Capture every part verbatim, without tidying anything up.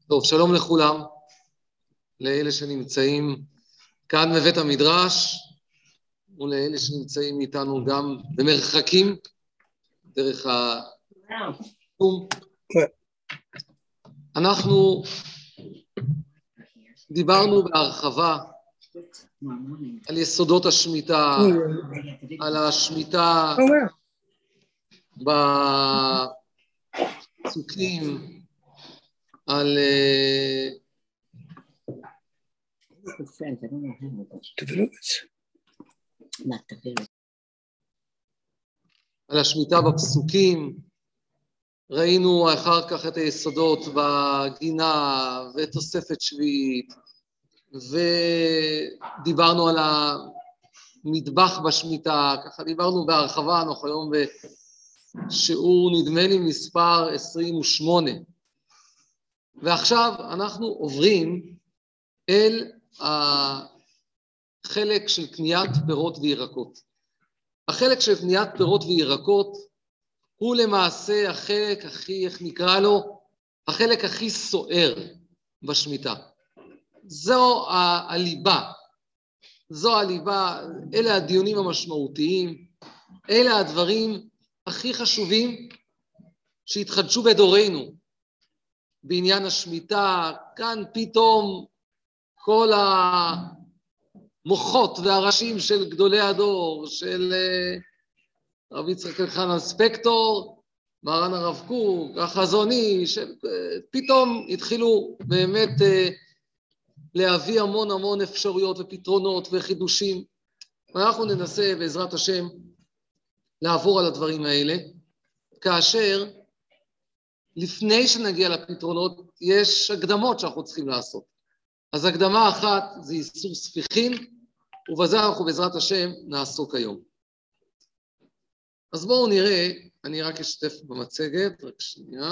טוב, שלום לכולם, לאלה שנמצאים כאן בבית המדרש, ולאלה שנמצאים איתנו גם במרחקים, דרך התחום. אנחנו דיברנו בהרחבה על יסודות השמיטה, על השמיטה בפסוקים, על על השמיטה בפסוקים, ראינו אחר כך את היסודות בגינה ותוספת שביעית, ודיברנו על המטבח בשמיטה, ככה דיברנו בהרחבה, אנחנו היום בשיעור נדמה לי מספר עשרים ושמונה, ועכשיו אנחנו עוברים אל החלק של קניית פירות וירקות. החלק של קניית פירות וירקות הוא למעשה החלק הכי, איך נקרא לו, החלק הכי סוער בשמיטה. זו הליבה, זו הליבה, אלה הדיונים המשמעותיים, אלה הדברים הכי חשובים שהתחדשו בדורנו בעניין השמיטה. כאן פתאום כל המוחות והראשים של גדולי הדור, של רב יצחק אלחנן ספקטור, מרן הרב קוק, החזון איש, פתאום התחילו באמת להביא המון המון אפשרויות ופתרונות וחידושים. ואנחנו ננסה בעזרת השם לעבור על הדברים האלה, כאשר לפני שנגיע לפתרונות יש הקדמות שאנחנו צריכים לעשות. אז הקדמה אחת זה איסור ספיחין, ובזה אנחנו בעזרת השם נעסוק היום. אז בואו נראה, אני רק אשתף במצגת, רק שנייה.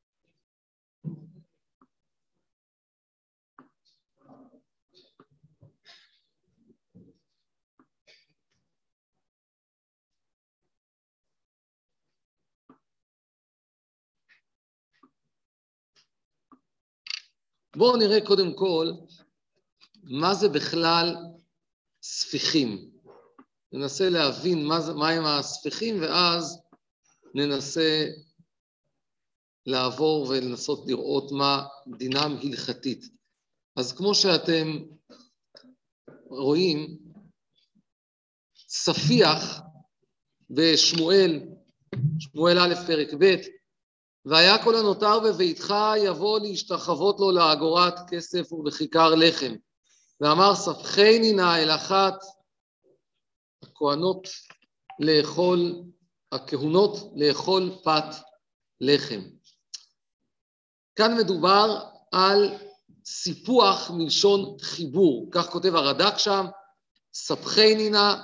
בואו נראה קודם כל מה זה בכלל ספיחים. ננסה להבין מה, זה, מה הם הספיחים, ואז ננסה לעבור ולנסות לראות מה דינם הלכתית. אז כמו שאתם רואים, ספיח בשמואל, שמואל א' פרק ב', והיה כל הנותר בביתך יבוא להשתחוות לו לאגורת כסף ובכיכר לחם. ואמר ספחני נא אל אחת הכהנות לאכול, הכהונות לאכול פת לחם. כאן מדובר על סיפוח מלשון חיבור, כך כותב הרד"ק שם, ספחני נא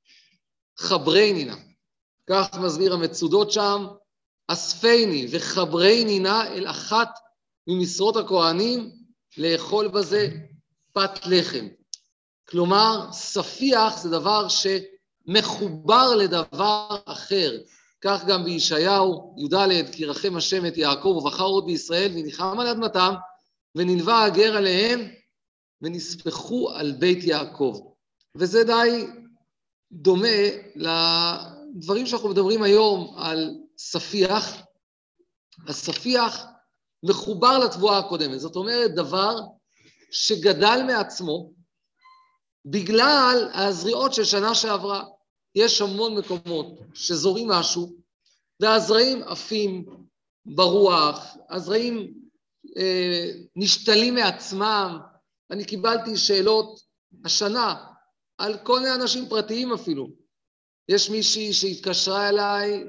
חברני נא, כך מסביר המצודות שם, אספני וחברני נא אל אחת ממשרות הכהנים לאכול בזה פת לחם. כלומר, ספיח זה דבר שמחובר לדבר אחר. כך גם בישעיהו י"ד, כי רחם השם את יעקב ובחר עוד בישראל וניחם על אדמתם, ונלווה הגר עליהם ונספחו על בית יעקב. וזה די דומה לדברים שאנחנו מדברים היום על ספיח. הספיח מחובר לתבואה הקודמת, זאת אומרת דבר שגדל מעצמו בגלל הזריעות של שנה שעברה. יש המון מקומות שזורים משהו, והזרעים עפים ברוח, הזרעים אה, נשתלים מעצמם. אני קיבלתי שאלות השנה על כל מיני אנשים פרטיים אפילו. יש מישהי שהתקשרה אליי,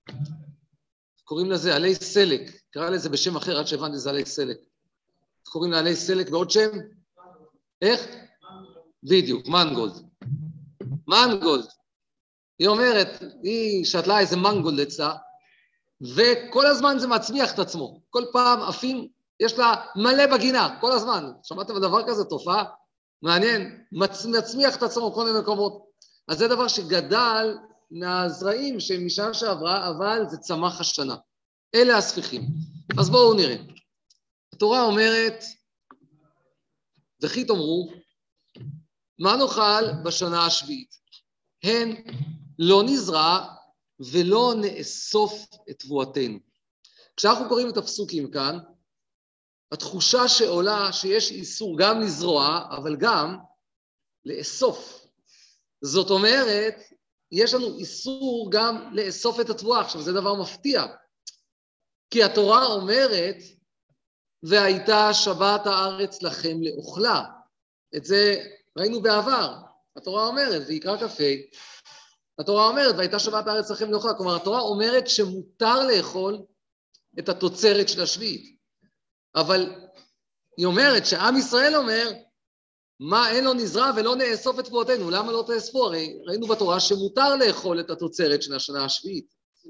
קוראים לזה עלי סלק, קרא לזה בשם אחר עד שהבנתי זה עלי סלק. קוראים לה עלי סלק בעוד שם? איך? בדיוק, מנגולד. מנגולד. היא אומרת, היא שתלה איזה מנגולד אצלה, וכל הזמן זה מצמיח את עצמו. כל פעם עפים, יש לה מלא בגינה, כל הזמן. שמעתם דבר כזה, תופעה? מעניין, מצ, מצמיח את עצמו כל מיני מקומות. אז זה דבר שגדל מהזרעים שמשנה שעברה, אבל זה צמח השנה. אלה הספיחים. אז בואו נראה. התורה אומרת, וכי תאמרו, מה נאכל בשנה השביעית? הן לא נזרע ולא נאסוף את תבואתנו. כשאנחנו קוראים את הפסוקים כאן, התחושה שעולה שיש איסור גם לזרוע, אבל גם לאסוף. זאת אומרת, יש לנו איסור גם לאסוף את התבואה. עכשיו, זה דבר מפתיע. כי התורה אומרת, והייתה שבת הארץ לכם לאוכלה. את זה ראינו בעבר. התורה אומרת, ויקרא קפה, התורה אומרת, והייתה שבת הארץ לכם לאוכלה. כלומר, התורה אומרת שמותר לאכול את התוצרת של השביעית. אבל היא אומרת שעם ישראל אומר, מה אין לו נזרע ולא נאסוף את תבואתנו, למה לא תאספו? הרי ראינו בתורה שמותר לאכול את התוצרת של השנה השביעית.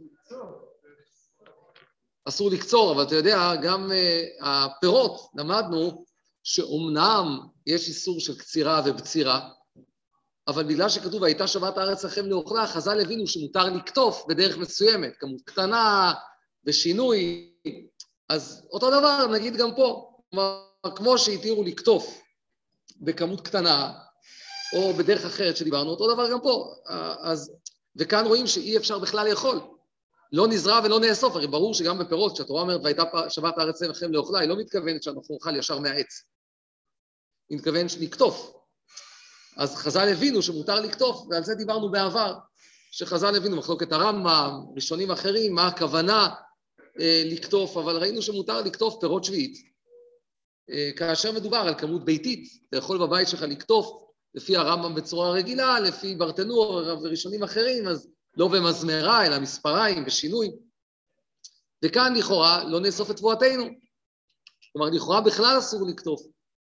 אסור לקצור, אבל אתה יודע, גם uh, הפירות, למדנו שאומנם יש איסור של קצירה ובצירה, אבל בגלל שכתוב, הייתה שבת הארץ לכם לאוכלה, חז"ל הבינו שמותר לקטוף בדרך מסוימת, כמות קטנה ושינוי, אז אותו דבר נגיד גם פה, כמו שהתירו לקטוף בכמות קטנה, או בדרך אחרת שדיברנו, אותו דבר גם פה, אז, וכאן רואים שאי אפשר בכלל לאכול, לא נזרע ולא נאסוף, הרי ברור שגם בפירות, כשהתורה אומרת, והייתה שבת הארץ לכם לאוכלה, היא לא מתכוונת שאנחנו נאכל ישר מהעץ, היא מתכוונת שנקטוף, אז חז"ל הבינו שמותר לקטוף, ועל זה דיברנו בעבר, שחז"ל הבינו, מחלוקת הרמב"ם, ראשונים אחרים, מה הכוונה אה, לקטוף, אבל ראינו שמותר לקטוף פירות שביעית, אה, כאשר מדובר על כמות ביתית, אתה יכול בבית שלך לקטוף, לפי הרמב"ם בצורה רגילה, לפי ברטנור וראשונים אחרים, אז לא במזמרה, אלא מספריים ושינוי, וכאן לכאורה לא נאסוף את תבואתנו, כלומר לכאורה בכלל אסור לקטוף,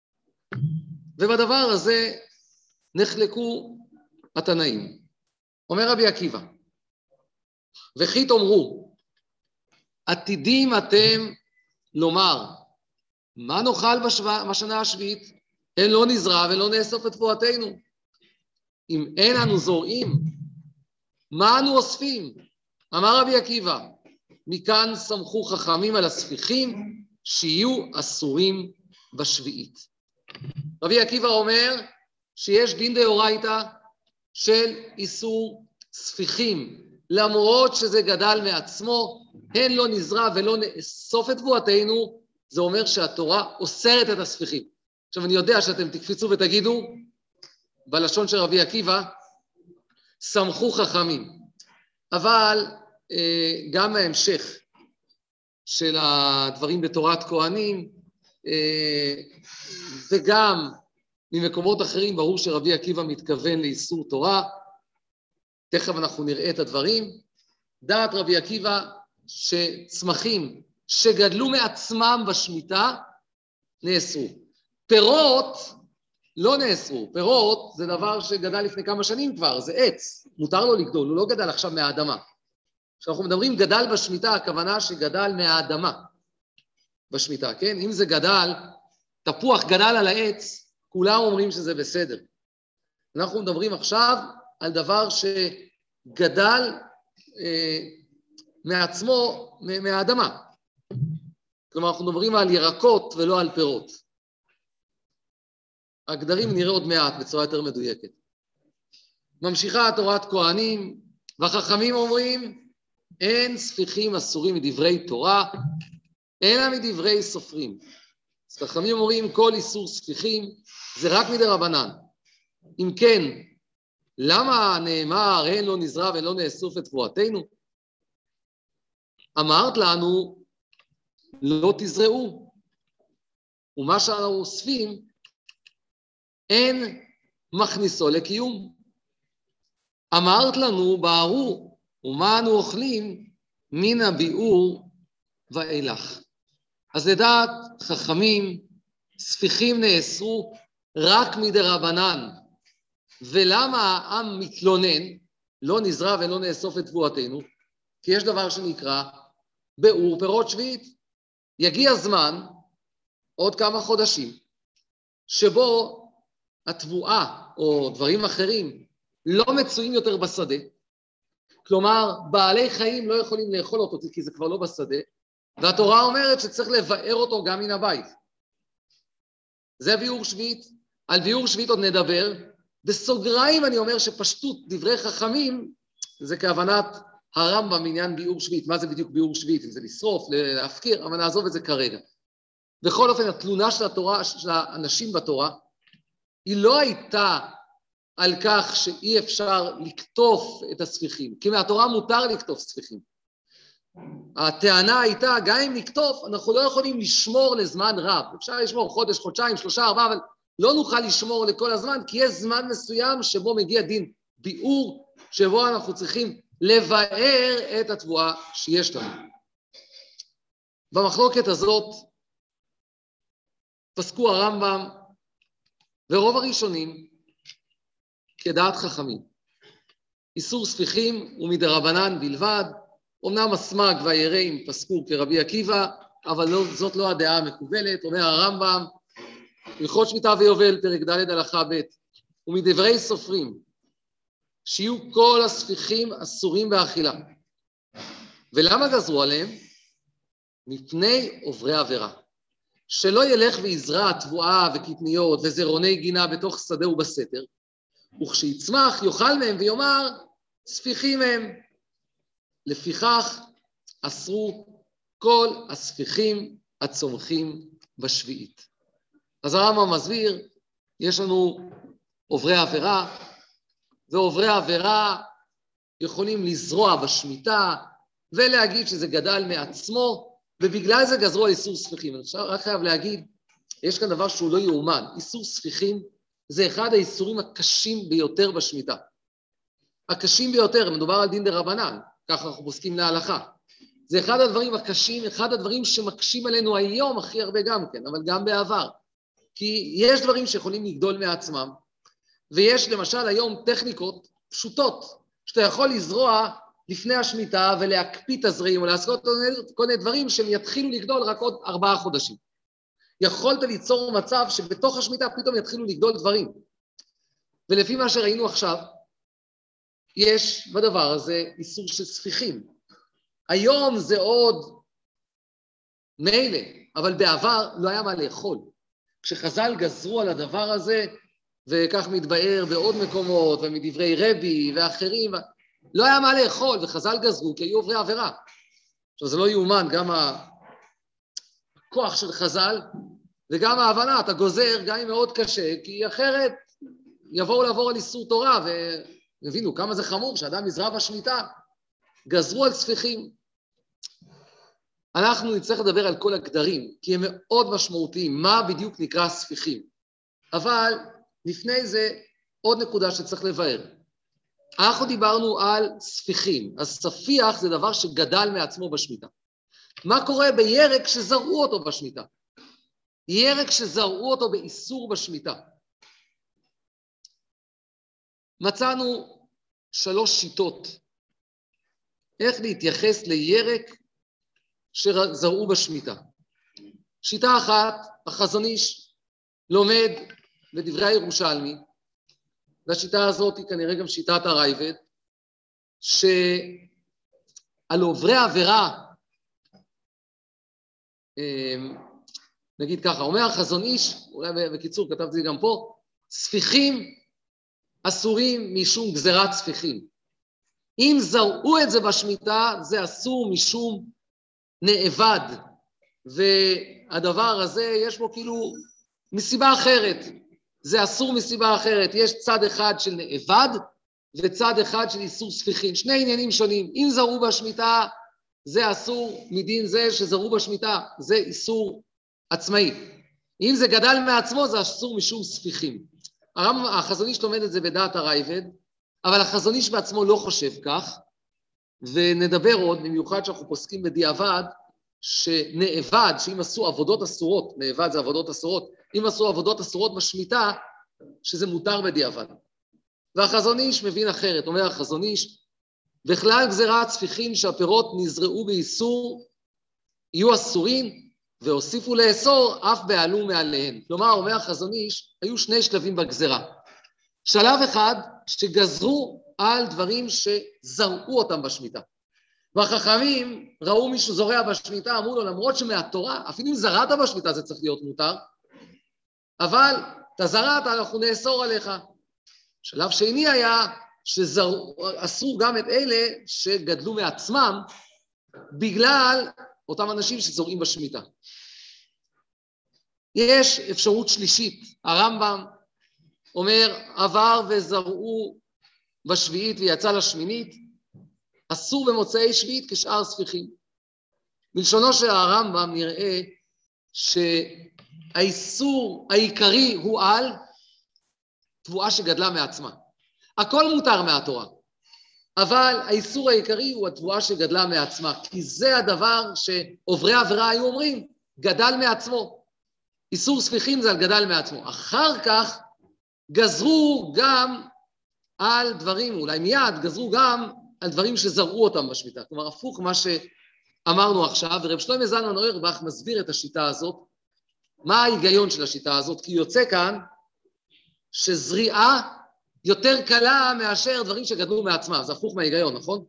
ובדבר הזה נחלקו התנאים. אומר רבי עקיבא, וכי תאמרו, עתידים אתם לומר, מה נאכל בשבע, בשנה השביעית? אין לא נזרע ולא נאסוף את תבואתנו. אם אין אנו זורעים, מה אנו אוספים? אמר רבי עקיבא, מכאן סמכו חכמים על הספיחים, שיהיו אסורים בשביעית. רבי עקיבא אומר, שיש דין דאורייתא של איסור ספיחים, למרות שזה גדל מעצמו, הן לא נזרע ולא נאסוף את תבואתנו, זה אומר שהתורה אוסרת את הספיחים. עכשיו אני יודע שאתם תקפיצו ותגידו, בלשון של רבי עקיבא, סמכו חכמים, אבל אה, גם ההמשך של הדברים בתורת כהנים, אה, וגם ממקומות אחרים, ברור שרבי עקיבא מתכוון לאיסור תורה, תכף אנחנו נראה את הדברים. דעת רבי עקיבא שצמחים שגדלו מעצמם בשמיטה, נאסרו. פירות לא נאסרו, פירות זה דבר שגדל לפני כמה שנים כבר, זה עץ, מותר לו לגדול, הוא לא גדל עכשיו מהאדמה. כשאנחנו מדברים גדל בשמיטה, הכוונה שגדל מהאדמה בשמיטה, כן? אם זה גדל, תפוח גדל על העץ, כולם אומרים שזה בסדר. אנחנו מדברים עכשיו על דבר שגדל אה, מעצמו, מהאדמה. כלומר, אנחנו מדברים על ירקות ולא על פירות. הגדרים נראה עוד מעט בצורה יותר מדויקת. ממשיכה תורת כהנים, והחכמים אומרים, אין ספיחים אסורים מדברי תורה, אלא מדברי סופרים. אז חכמים אומרים, כל איסור ספיחים זה רק מדי רבנן. אם כן, למה נאמר, אין לא נזרע ולא נאסוף את תבואתנו? אמרת לנו, לא תזרעו. ומה שאנחנו אוספים, אין מכניסו לקיום. אמרת לנו, בערו, ומה אנו אוכלים מן הביאור ואילך. אז לדעת חכמים, ספיחים נאסרו רק מדי רבנן. ולמה העם מתלונן, לא נזרע ולא נאסוף את תבואתנו? כי יש דבר שנקרא ביאור פירות שביעית. יגיע זמן, עוד כמה חודשים, שבו התבואה או דברים אחרים לא מצויים יותר בשדה, כלומר בעלי חיים לא יכולים לאכול אותו כי זה כבר לא בשדה, והתורה אומרת שצריך לבאר אותו גם מן הבית. זה ביאור שביעית. על ביאור שביעית עוד נדבר. בסוגריים אני אומר שפשטות דברי חכמים, זה כהבנת הרמב"ם בעניין ביאור שביעית. מה זה בדיוק ביאור שביעית? אם זה לשרוף, להפקיר, אבל נעזוב את זה כרגע. בכל אופן, התלונה של התורה, של האנשים בתורה, היא לא הייתה על כך שאי אפשר לקטוף את הספיחים, כי מהתורה מותר לקטוף ספיחים. הטענה הייתה, גם אם נקטוף, אנחנו לא יכולים לשמור לזמן רב. אפשר לשמור חודש, חודשיים, שלושה, ארבעה, אבל לא נוכל לשמור לכל הזמן, כי יש זמן מסוים שבו מגיע דין ביאור, שבו אנחנו צריכים לבאר את התבואה שיש לנו. במחלוקת הזאת פסקו הרמב"ם ורוב הראשונים כדעת חכמים. איסור ספיחים ומדרבנן בלבד, אמנם הסמ"ג והיראים פסקו כרבי עקיבא, אבל לא, זאת לא הדעה המקובלת. אומר הרמב"ם, הלכות שמיטה ויובל, פרק ד' הלכה ב', ומדברי סופרים, שיהיו כל הספיחים אסורים באכילה. ולמה גזרו עליהם? מפני עוברי עבירה. שלא ילך ויזרע תבואה וקטניות וזרוני גינה בתוך שדה ובסתר, וכשיצמח יאכל מהם ויאמר, ספיחים הם. לפיכך אסרו כל הספיחים הצומחים בשביעית. אז הרמב"ם מסביר, יש לנו עוברי עבירה, ועוברי עבירה יכולים לזרוע בשמיטה, ולהגיד שזה גדל מעצמו, ובגלל זה גזרו על איסור ספיחים. אני רק חייב להגיד, יש כאן דבר שהוא לא יאומן. איסור ספיחים זה אחד האיסורים הקשים ביותר בשמיטה. הקשים ביותר, מדובר על דין דרבנן, ככה אנחנו פוסקים להלכה. זה אחד הדברים הקשים, אחד הדברים שמקשים עלינו היום הכי הרבה גם כן, אבל גם בעבר. כי יש דברים שיכולים לגדול מעצמם, ויש למשל היום טכניקות פשוטות, שאתה יכול לזרוע לפני השמיטה ולהקפיא את הזרעים, או לעשות כל מיני דברים שהם יתחילו לגדול רק עוד ארבעה חודשים. יכולת ליצור מצב שבתוך השמיטה פתאום יתחילו לגדול דברים. ולפי מה שראינו עכשיו, יש בדבר הזה איסור של ספיחים. היום זה עוד מילא, אבל בעבר לא היה מה לאכול. כשחז"ל גזרו על הדבר הזה, וכך מתבאר בעוד מקומות, ומדברי רבי ואחרים, לא היה מה לאכול, וחז"ל גזרו כי היו עוברי עבירה. עכשיו זה לא יאומן, גם הכוח של חז"ל, וגם ההבנה, אתה גוזר, גם אם מאוד קשה, כי אחרת יבואו לעבור על איסור תורה, והבינו כמה זה חמור, שאדם יזרע בשמיטה, גזרו על ספיחים. אנחנו נצטרך לדבר על כל הגדרים, כי הם מאוד משמעותיים, מה בדיוק נקרא ספיחים. אבל לפני זה עוד נקודה שצריך לבאר. אנחנו דיברנו על ספיחים, אז ספיח זה דבר שגדל מעצמו בשמיטה. מה קורה בירק שזרעו אותו בשמיטה? ירק שזרעו אותו באיסור בשמיטה. מצאנו שלוש שיטות איך להתייחס לירק שזרעו בשמיטה. שיטה אחת, החזון איש לומד בדברי הירושלמי, והשיטה הזאת היא כנראה גם שיטת הרייבד, שעל עוברי עבירה, נגיד ככה, אומר החזון איש, אולי בקיצור כתבתי זה גם פה, ספיחים אסורים משום גזירת ספיחים. אם זרעו את זה בשמיטה, זה אסור משום נאבד, והדבר הזה יש בו כאילו מסיבה אחרת, זה אסור מסיבה אחרת, יש צד אחד של נאבד, וצד אחד של איסור ספיחים, שני עניינים שונים. אם זרעו בשמיטה, זה אסור מדין זה שזרעו בשמיטה, זה איסור עצמאי. אם זה גדל מעצמו, זה אסור משום ספיחים. החזון איש לומד את זה בדעת הרייבד, אבל החזון איש בעצמו לא חושב כך, ונדבר עוד, במיוחד שאנחנו פוסקים בדיעבד, שנאבד, שאם עשו עבודות אסורות, נאבד זה עבודות אסורות, אם עשו עבודות אסורות בשמיטה, שזה מותר בדיעבד. והחזון איש מבין אחרת, אומר החזון איש, בכלל גזירת ספיחים שהפירות נזרעו באיסור, יהיו אסורים, והוסיפו לאסור אף בעלו מעליהן. כלומר, אומר החזון איש, היו שני שלבים בגזירה. שלב אחד, שגזרו על דברים שזרעו אותם בשמיטה. והחכמים ראו מישהו זורע בשמיטה, אמרו לו, למרות שמהתורה, אפילו אם זרעת בשמיטה זה צריך להיות מותר, אבל את הזרעת אנחנו נאסור עליך. שלב שני היה שאסור גם את אלה שגדלו מעצמם, בגלל אותם אנשים שזורעים בשמיטה. יש אפשרות שלישית, הרמב"ם אומר, עבר וזרעו בשביעית ויצא לשמינית, אסור במוצאי שביעית כשאר ספיחים. בלשונו של הרמב"ם נראה שהאיסור העיקרי הוא על תבואה שגדלה מעצמה. הכל מותר מהתורה, אבל האיסור העיקרי הוא התבואה שגדלה מעצמה, כי זה הדבר שעוברי עבירה היו אומרים, גדל מעצמו. איסור ספיחים זה על גדל מעצמו. אחר כך גזרו גם על דברים, אולי מיד גזרו גם על דברים שזרעו אותם בשמיטה. כלומר, הפוך מה שאמרנו עכשיו, ורב שלמה זלמן אוירבך מסביר את השיטה הזאת. מה ההיגיון של השיטה הזאת? כי יוצא כאן שזריעה יותר קלה מאשר דברים שגדלו מעצמם. זה הפוך מההיגיון, נכון?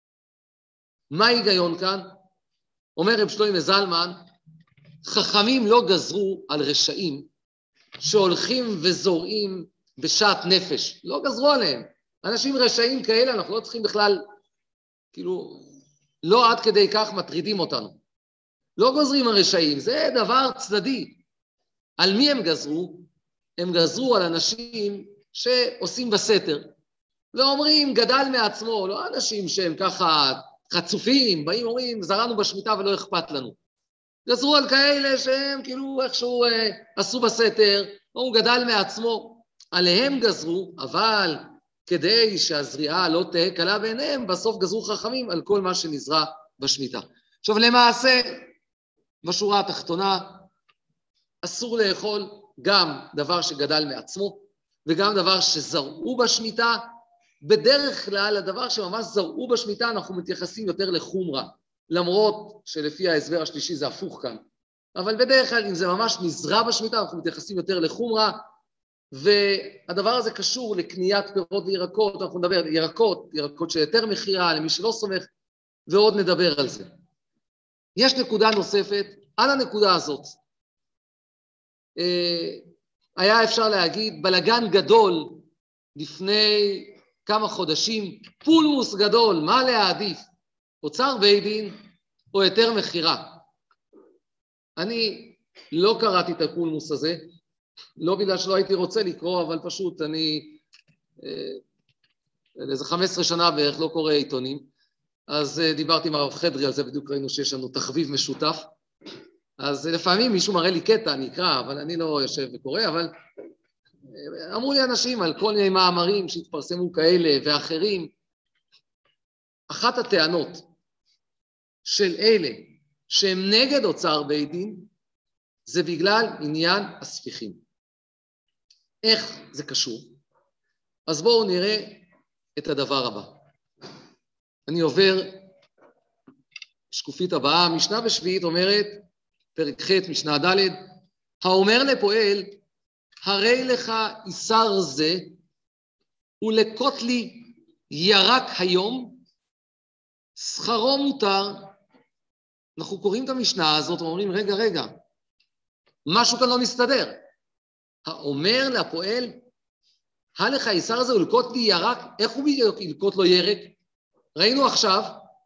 מה ההיגיון כאן? אומר רב שלמה זלמן, חכמים לא גזרו על רשעים שהולכים וזורעים בשעת נפש. לא גזרו עליהם. אנשים רשעים כאלה, אנחנו לא צריכים בכלל, כאילו, לא עד כדי כך מטרידים אותנו. לא גוזרים על רשעים, זה דבר צדדי. על מי הם גזרו? הם גזרו על אנשים שעושים בסתר. לא אומרים, גדל מעצמו, לא אנשים שהם ככה חצופים, באים אומרים, זרענו בשמיטה ולא אכפת לנו. גזרו על כאלה שהם כאילו איכשהו אה, עשו בסתר, או הוא גדל מעצמו. עליהם גזרו, אבל כדי שהזריעה לא תהיה קלה בעיניהם, בסוף גזרו חכמים על כל מה שנזרע בשמיטה. עכשיו למעשה, בשורה התחתונה, אסור לאכול גם דבר שגדל מעצמו, וגם דבר שזרעו בשמיטה. בדרך כלל, הדבר שממש זרעו בשמיטה, אנחנו מתייחסים יותר לחומרה, למרות שלפי ההסבר השלישי זה הפוך כאן. אבל בדרך כלל, אם זה ממש נזרע בשמיטה, אנחנו מתייחסים יותר לחומרה, והדבר הזה קשור לקניית פירות וירקות. אנחנו נדבר על ירקות, ירקות שיותר מחירה, למי שלא סומך, ועוד נדבר על זה. יש נקודה נוספת, על הנקודה הזאת. היה אפשר להגיד, בלגן גדול לפני כמה חודשים, פולמוס גדול, מה להעדיף? אוצר בית דין או יותר מחירה? אני לא קראתי את הפולמוס הזה, לא בגלל שלא הייתי רוצה לקרוא, אבל פשוט אני, איזה חמש עשרה שנה בערך לא קורא עיתונים, אז דיברתי עם הרב חדרי על זה, בדיוק ראינו שיש לנו תחביב משותף, אז לפעמים מישהו מראה לי קטע, אני אקרא, אבל אני לא יושב וקורא, אבל אמרו לי אנשים על כל מיני מאמרים שהתפרסמו כאלה ואחרים. אחת הטענות של אלה שהם נגד אוצר בית דין, זה בגלל עניין הספיחים. איך זה קשור? אז בואו נראה את הדבר הבא. אני עובר, שקופית הבאה, משנה בשביעית אומרת, פרק ח' משנה ד', האומר לפועל, הרי לך איסר זה, ולקוט לי ירק היום, שכרו מותר. אנחנו קוראים את המשנה הזאת ואומרים, רגע, רגע, משהו כאן לא מסתדר. האומר לפועל, הלך איסר זה ולקוט לי ירק, איך הוא בדיוק ילקוט לו ירק? ראינו עכשיו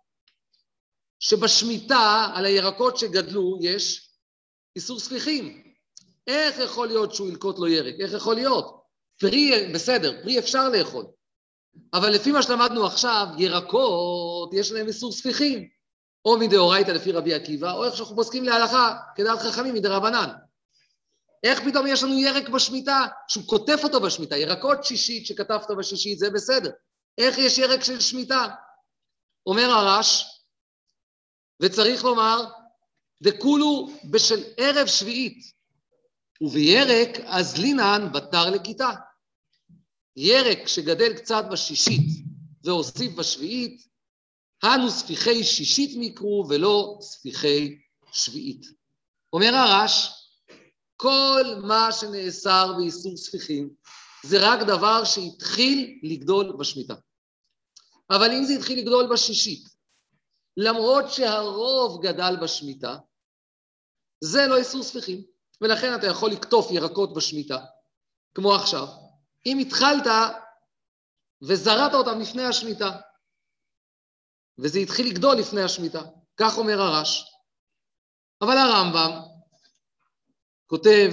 שבשמיטה על הירקות שגדלו יש איסור ספיחים. איך יכול להיות שהוא ילקוט לו ירק? איך יכול להיות? פרי, בסדר, פרי אפשר לאכול. אבל לפי מה שלמדנו עכשיו, ירקות יש להם איסור ספיחים. או מדאורייתא לפי רבי עקיבא, או איך שאנחנו פוסקים להלכה, כדעת חכמים מדרבנן. איך פתאום יש לנו ירק בשמיטה, שהוא כותף אותו בשמיטה, ירקות שישית שכתבת בשישית, זה בסדר. איך יש ירק של שמיטה? אומר הרש, וצריך לומר, דכולו בשל ערב שביעית, ובירק אז לינן בתר לכיתה. ירק שגדל קצת בשישית והוסיף בשביעית, הנו ספיחי שישית מקרו ולא ספיחי שביעית. אומר הרש, כל מה שנאסר באיסור ספיחים, זה רק דבר שהתחיל לגדול בשמיטה. אבל אם זה התחיל לגדול בשישית, למרות שהרוב גדל בשמיטה, זה לא איסור ספיחים. ולכן אתה יכול לקטוף ירקות בשמיטה, כמו עכשיו. אם התחלת וזרעת אותם לפני השמיטה, וזה התחיל לגדול לפני השמיטה, כך אומר הרש. אבל הרמב"ם כותב,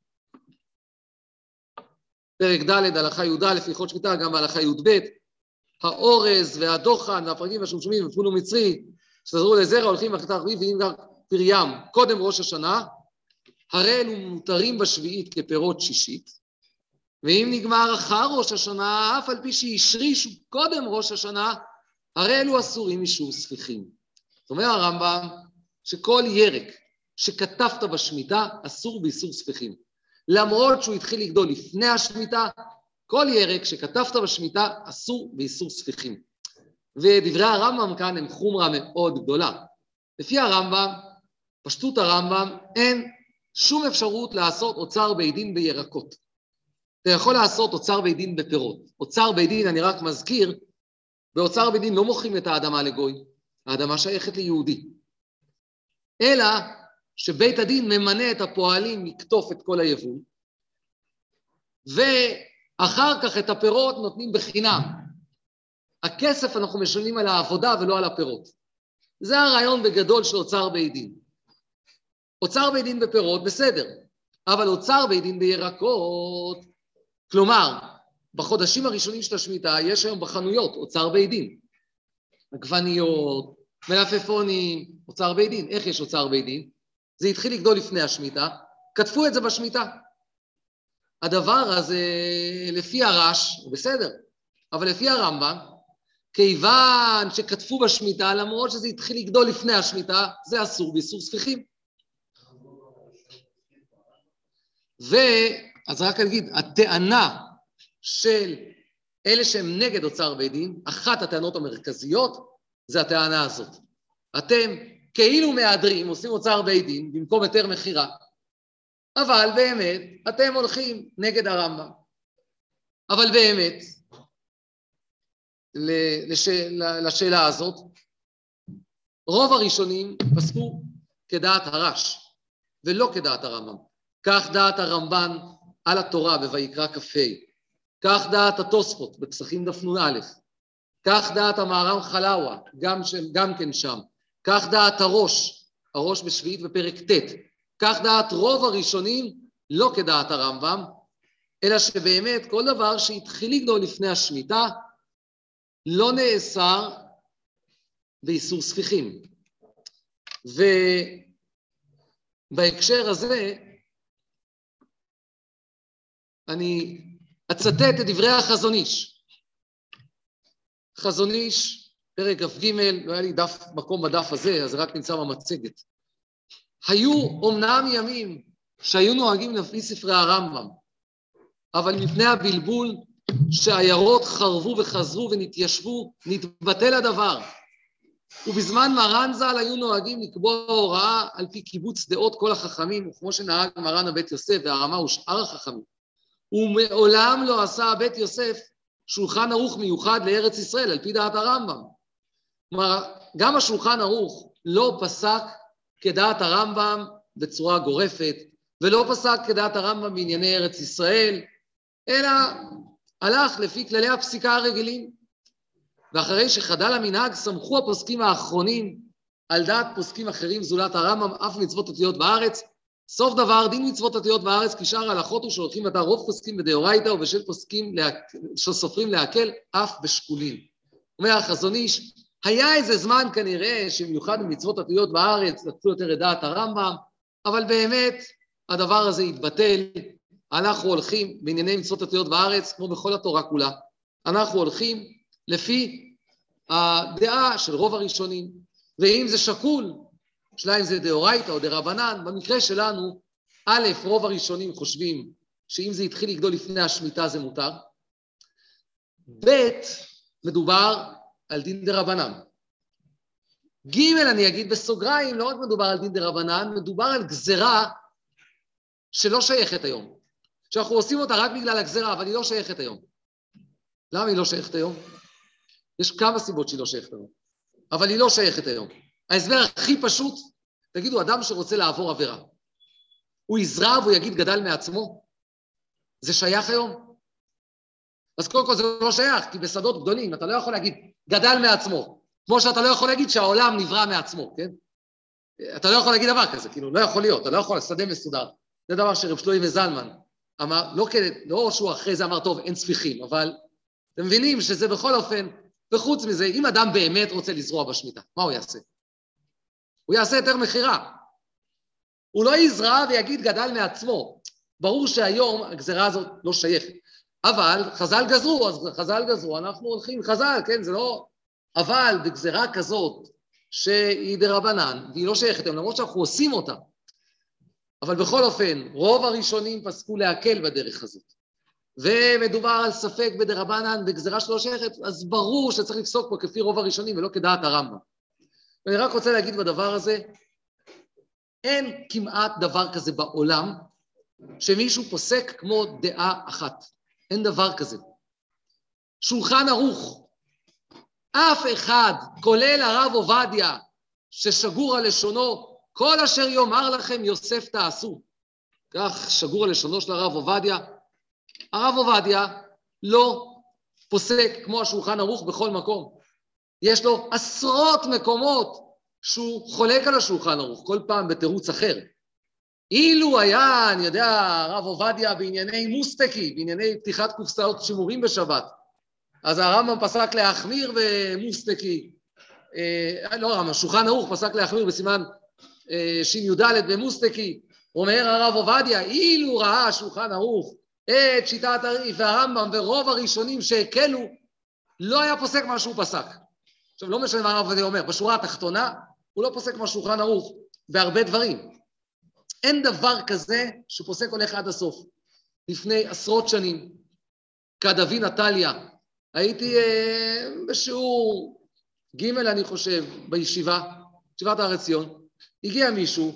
פרק ד' הלכה י"א, הלכות שמיטה, גם בהלכה י"ב, האורז והדוחן והפרקים והשומשומים ופול ומצרי, שתזרו לזרע, הולכים ואחריתה הרביעית ואם גם פריים, קודם ראש השנה, הרי אלו מותרים בשביעית כפירות שישית, ואם נגמר אחר ראש השנה, אף על פי שהשרישו קודם ראש השנה, הרי אלו אסורים משום ספיחים. זאת אומרת הרמב"ם, שכל ירק שכתבת בשמיטה, אסור באיסור ספיחים. למרות שהוא התחיל לגדול לפני השמיטה, כל ירק שכתבת בשמיטה, אסור באיסור ספיחים. ודברי הרמב"ם כאן הם חומרה מאוד גדולה. לפי הרמב"ם, פשטות הרמב"ם, אין שום אפשרות לעשות אוצר בית דין בירקות. אתה יכול לעשות אוצר בית דין בפירות. אוצר בית דין, אני רק מזכיר, באוצר בית דין לא מוכרים את האדמה לגוי, האדמה שייכת ליהודי. אלא שבית הדין ממנה את הפועלים לקטוף את כל היבול, ואחר כך את הפירות נותנים בחינם. הכסף אנחנו משלמים על העבודה ולא על הפירות. זה הרעיון בגדול של אוצר בית דין. אוצר בית דין בפירות בסדר, אבל אוצר בית דין בירקות, כלומר, בחודשים הראשונים של השמיטה יש היום בחנויות אוצר בית דין. עגבניות, מלפפונים, אוצר בית דין. איך יש אוצר בית דין? זה התחיל לגדול לפני השמיטה, כתפו את זה בשמיטה. הדבר הזה, לפי הרש, הוא בסדר, אבל לפי הרמב"ם, כיוון שכתפו בשמיטה, למרות שזה התחיל לגדול לפני השמיטה, זה אסור באיסור ספיחים. ואז רק נגיד, הטענה של אלה שהם נגד אוצר בית דין, אחת הטענות המרכזיות, זה הטענה הזאת. אתם כאילו מהדרים, עושים אוצר בית דין, במקום יותר מחירה, אבל באמת, אתם הולכים נגד הרמב"ם. אבל באמת, לש... לשאלה הזאת, רוב הראשונים פסקו כדעת הרש, ולא כדעת הרמב"ם. כך דעת הרמב"ן על התורה בויקרא כ"ה, כך דעת התוספות בפסחים דף נ"א, כך דעת המהר"ם חלאווה, גם, ש... גם כן שם, כך דעת הראש, הראש בשביעית בפרק ט', כך דעת רוב הראשונים, לא כדעת הרמב"ם, אלא שבאמת כל דבר שהתחיל לגדול לפני השמיטה, לא נאסר באיסור ספיחים. ובהקשר הזה, אני אצטט את דברי החזון איש. חזון איש, פרק כ"ג, לא היה לי דף, מקום בדף הזה, אז רק נמצא במצגת. היו אומנם ימים שהיו נוהגים לפי ספרי הרמב"ם, אבל מפני הבלבול שהעיירות חרבו וחזרו ונתיישבו, נתבטל הדבר. ובזמן מרן ז"ל היו נוהגים לקבוע הוראה על פי קיבוץ דעות כל החכמים, וכמו שנהג מרן הבית יוסף והרמה ושאר החכמים. ומעולם לא עשה הבית יוסף שולחן ערוך מיוחד לארץ ישראל, על פי דעת הרמב"ם. כלומר, גם השולחן ערוך לא פסק כדעת הרמב"ם בצורה גורפת, ולא פסק כדעת הרמב"ם בענייני ארץ ישראל, אלא הלך לפי כללי הפסיקה הרגילים. ואחרי שחדל המנהג, סמכו הפוסקים האחרונים על דעת פוסקים אחרים זולת הרמב"ם, אף מצוות אותיות בארץ. סוף דבר, דין מצוות אותיות בארץ, כי שאר ההלכות הוא שהולכים ודע רוב פוסקים בדאורייתא, ובשל פוסקים שסופרים להקל אף בשקולים. אומר החזון איש, היה איזה זמן כנראה שמיוחד במצוות אותיות בארץ, לקחו יותר את דעת הרמב"ם, אבל באמת הדבר הזה התבטל. אנחנו הולכים בענייני מצוות אותיות בארץ, כמו בכל התורה כולה. אנחנו הולכים לפי הדעה של רוב הראשונים, ואם זה שקול, שאלה אם זה דאורייתא או דרבנן, במקרה שלנו, א', רוב הראשונים חושבים שאם זה התחיל לגדול לפני השמיטה זה מותר, ב', מדובר על דין דרבנן. ג', אני אגיד בסוגריים, לא רק מדובר על דין דרבנן, מדובר על גזרה שלא שייכת היום. שאנחנו עושים אותה רק בגלל הגזרה, אבל היא לא שייכת היום. למה היא לא שייכת היום? יש כמה סיבות שהיא לא שייכת היום, אבל היא לא שייכת היום. ההסבר הכי פשוט, תגידו, אדם שרוצה לעבור עבירה, הוא יזרע והוא יגיד גדל מעצמו? זה שייך היום? אז קודם כל זה לא שייך, כי בשדות גדולים אתה לא יכול להגיד גדל מעצמו, כמו שאתה לא יכול להגיד שהעולם נברא מעצמו, כן? אתה לא יכול להגיד דבר כזה, כאילו, לא יכול להיות, אתה לא יכול, שדה מסודר. זה דבר שרב שלוי וזלמן אמר, לא, לא שהוא אחרי זה אמר, טוב, אין ספיחים, אבל אתם מבינים שזה בכל אופן, וחוץ מזה, אם אדם באמת רוצה לזרוע בשמיטה, מה הוא יעשה? הוא יעשה יותר מחירה. הוא לא יזרע ויגיד גדל מעצמו. ברור שהיום הגזרה הזאת לא שייכת. אבל חז"ל גזרו, אז חז"ל גזרו, אנחנו הולכים חז"ל, כן, זה לא... אבל בגזרה כזאת, שהיא דרבנן, והיא לא שייכת, למרות שאנחנו עושים אותה. אבל בכל אופן, רוב הראשונים פסקו להקל בדרך הזאת. ומדובר על ספק בדרבנן, בגזרה שלא שייכת, אז ברור שצריך לפסוק פה כפי רוב הראשונים, ולא כדעת הרמב"ם. ואני רק רוצה להגיד בדבר הזה, אין כמעט דבר כזה בעולם, שמישהו פוסק כמו דעה אחת. אין דבר כזה. שולחן ערוך. אף אחד, כולל הרב עובדיה, ששגור על לשונו, כל אשר יאמר לכם יוסף תעשו. כך שגור על לשונו של הרב עובדיה. הרב עובדיה לא פוסק כמו השולחן ערוך בכל מקום. יש לו עשרות מקומות שהוא חולק על השולחן ערוך, כל פעם בתירוץ אחר. אילו היה, אני יודע, הרב עובדיה בענייני מוסטקי, בענייני פתיחת קופסאות שימורים בשבת, אז הרמב"ם פסק להחמיר במוסטקי, אה, לא הרמב"ם, שולחן ערוך פסק להחמיר בסימן אה, שין י"ד במוסטקי, אומר הרב עובדיה, אילו ראה שולחן ערוך את שיטת הרי"ף והרמב"ם ורוב הראשונים שהקלו, לא היה פוסק מה שהוא פסק. עכשיו, לא משנה מה הרב עובדיה אומר, בשורה התחתונה, הוא לא פוסק מה שולחן ערוך בהרבה דברים. אין דבר כזה שפוסק הולך עד הסוף. לפני עשרות שנים, כדבי נטליה, הייתי אה, בשיעור ג' אני חושב, בישיבה, ישיבת הר עציון, הגיע מישהו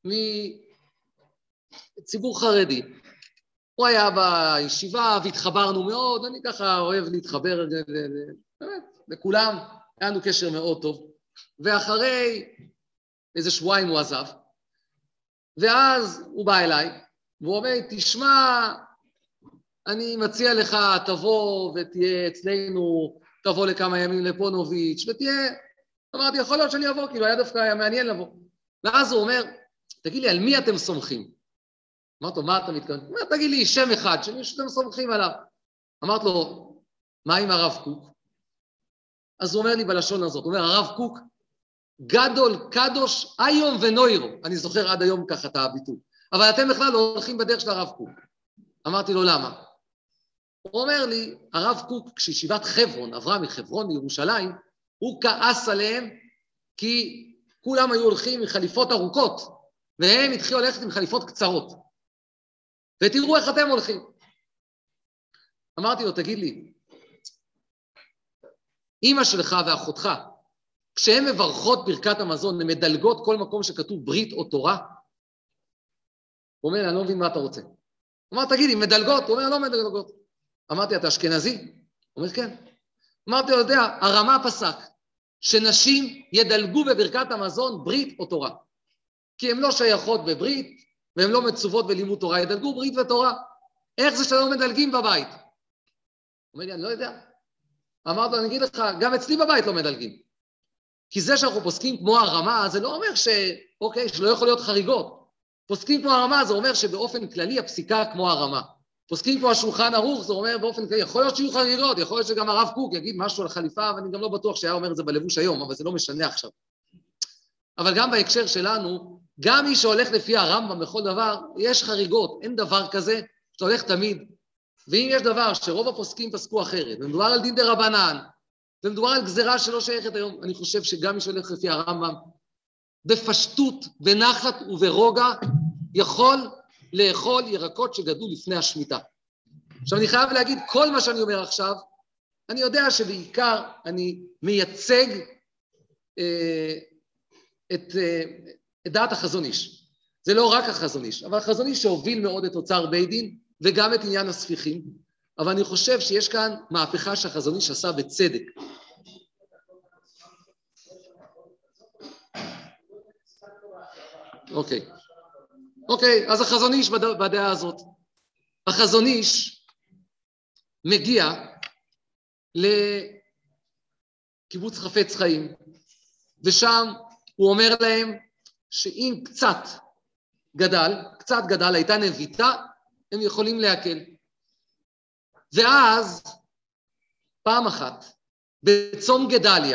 מציבור חרדי, הוא היה בישיבה והתחברנו מאוד, אני ככה אוהב להתחבר באמת, לכולם, היה לנו קשר מאוד טוב, ואחרי איזה שבועיים הוא עזב, ואז הוא בא אליי, והוא אומר, תשמע, אני מציע לך, תבוא ותהיה אצלנו, תבוא לכמה ימים לפונוביץ' ותהיה, אמרתי, יכול להיות שאני אבוא, כאילו היה דווקא היה מעניין לבוא. ואז הוא אומר, תגיד לי, על מי אתם סומכים? אמרת לו, מה אתה מתכוון? הוא אומר, תגיד לי, שם אחד, שמי שאתם סומכים עליו. אמרת לו, מה עם הרב קוק? אז הוא אומר לי בלשון הזאת, הוא אומר, הרב קוק, גדול, קדוש, היום ונוירו. אני זוכר עד היום ככה את הביטוי. אבל אתם בכלל לא הולכים בדרך של הרב קוק. אמרתי לו, למה? הוא אומר לי, הרב קוק, כשישיבת חברון עברה מחברון לירושלים, הוא כעס עליהם, כי כולם היו הולכים עם חליפות ארוכות, והם התחילו ללכת עם חליפות קצרות. ותראו איך אתם הולכים. אמרתי לו, תגיד לי, אמא שלך ואחותך, כשהן מברכות ברכת המזון, הן מדלגות כל מקום שכתוב ברית או תורה? הוא אומר, אני לא מבין מה אתה רוצה. אמר, תגידי, מדלגות? הוא אומר, לא מדלגות. אמרתי, אתה אשכנזי? הוא אומר, כן. אמרתי, אתה יודע, הרמה פסק, שנשים ידלגו בברכת המזון ברית או תורה. כי הן לא שייכות בברית, והן לא מצוות בלימוד תורה, ידלגו ברית ותורה. איך זה שלא מדלגים בבית? הוא אומר לי, אני לא יודע. אמרתי, אני אגיד לך, גם אצלי בבית לא מדלגים. כי זה שאנחנו פוסקים כמו הרמה, זה לא אומר ש... אוקיי, שלא יכול להיות חריגות. פוסקים כמו הרמה, זה אומר שבאופן כללי הפסיקה כמו הרמה. פוסקים כמו השולחן ערוך, זה אומר באופן כללי, יכול להיות שיהיו חריגות, יכול להיות שגם הרב קוק יגיד משהו על חליפה, ואני גם לא בטוח שהיה אומר את זה בלבוש היום, אבל זה לא משנה עכשיו. אבל גם בהקשר שלנו, גם מי שהולך לפי הרמב"ם בכל דבר, יש חריגות, אין דבר כזה שאתה הולך תמיד. ואם יש דבר שרוב הפוסקים פסקו אחרת, ומדובר על דין דרבנן, ומדובר על גזרה שלא שייכת היום, אני חושב שגם מי שהולך לפי הרמב"ם, בפשטות, בנחת וברוגע, יכול לאכול ירקות שגדלו לפני השמיטה. עכשיו אני חייב להגיד, כל מה שאני אומר עכשיו, אני יודע שבעיקר אני מייצג אה, את, אה, את דעת החזון איש. זה לא רק החזון איש, אבל החזון איש שהוביל מאוד את אוצר בית דין, וגם את עניין הספיחים, אבל אני חושב שיש כאן מהפכה שהחזון איש עשה בצדק. אוקיי. אוקיי, אז החזון איש בדעה הזאת. החזון איש מגיע לקיבוץ חפץ חיים, ושם הוא אומר להם שאם קצת גדל, קצת גדל, הייתה נביטה, הם יכולים להקל. ואז, פעם אחת, בצום גדליה,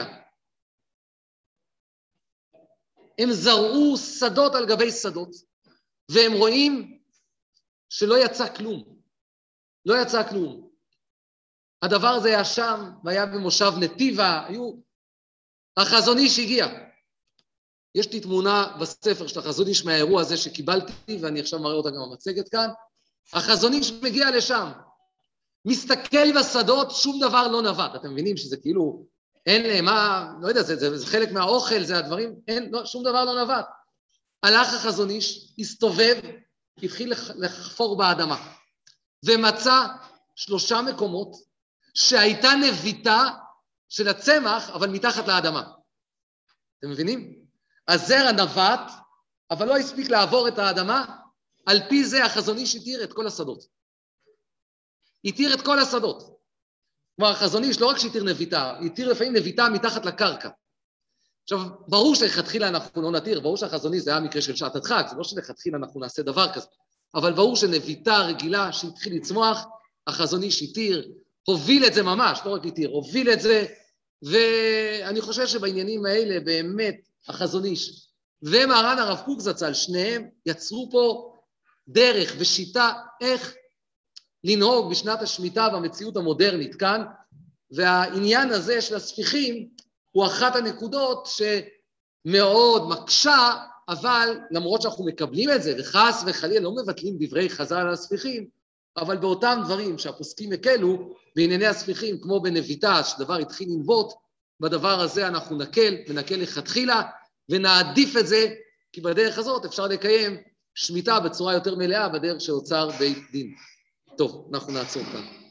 הם זרעו שדות על גבי שדות, והם רואים שלא יצא כלום. לא יצא כלום. הדבר הזה היה שם, והיה במושב נתיבה, היו... החזון איש הגיע. יש לי תמונה בספר של החזון איש מהאירוע הזה שקיבלתי, ואני עכשיו מראה אותה גם במצגת כאן. החזון איש מגיע לשם. מסתכל בשדות, שום דבר לא נבט. אתם מבינים שזה כאילו, אין להם מה, לא יודע, זה, זה, זה חלק מהאוכל, זה הדברים, אין, לא, שום דבר לא נבט. הלך החזון איש, הסתובב, התחיל לחפור באדמה, ומצא שלושה מקומות שהייתה נביטה של הצמח, אבל מתחת לאדמה. אתם מבינים? הזרע נבט, אבל לא הספיק לעבור את האדמה, על פי זה החזון איש התיר את כל השדות. התיר את כל השדות. כלומר, החזון איש לא רק שהתיר נביטה, התיר לפעמים נביטה מתחת לקרקע. עכשיו, ברור שלכתחילה אנחנו לא נתיר, ברור שהחזון איש זה היה מקרה של שעת הדחק, זה לא שלכתחילה אנחנו נעשה דבר כזה, אבל ברור שנביטה רגילה שהתחיל לצמוח, החזון איש התיר, הוביל את זה ממש, לא רק התיר, הוביל את זה, ואני חושב שבעניינים האלה באמת החזון איש ומרן הרב קוק זצ"ל, שניהם יצרו פה דרך ושיטה איך לנהוג בשנת השמיטה במציאות המודרנית כאן, והעניין הזה של הספיחים הוא אחת הנקודות שמאוד מקשה, אבל למרות שאנחנו מקבלים את זה, וחס וחלילה לא מבטלים דברי חז"ל על הספיחים, אבל באותם דברים שהפוסקים הקלו, בענייני הספיחים, כמו בנביטה, שדבר התחיל לנבוט, בדבר הזה אנחנו נקל, ונקל לכתחילה, ונעדיף את זה, כי בדרך הזאת אפשר לקיים שמיטה בצורה יותר מלאה, בדרך שאוצר בית דין. טוב, אנחנו נעצור כאן.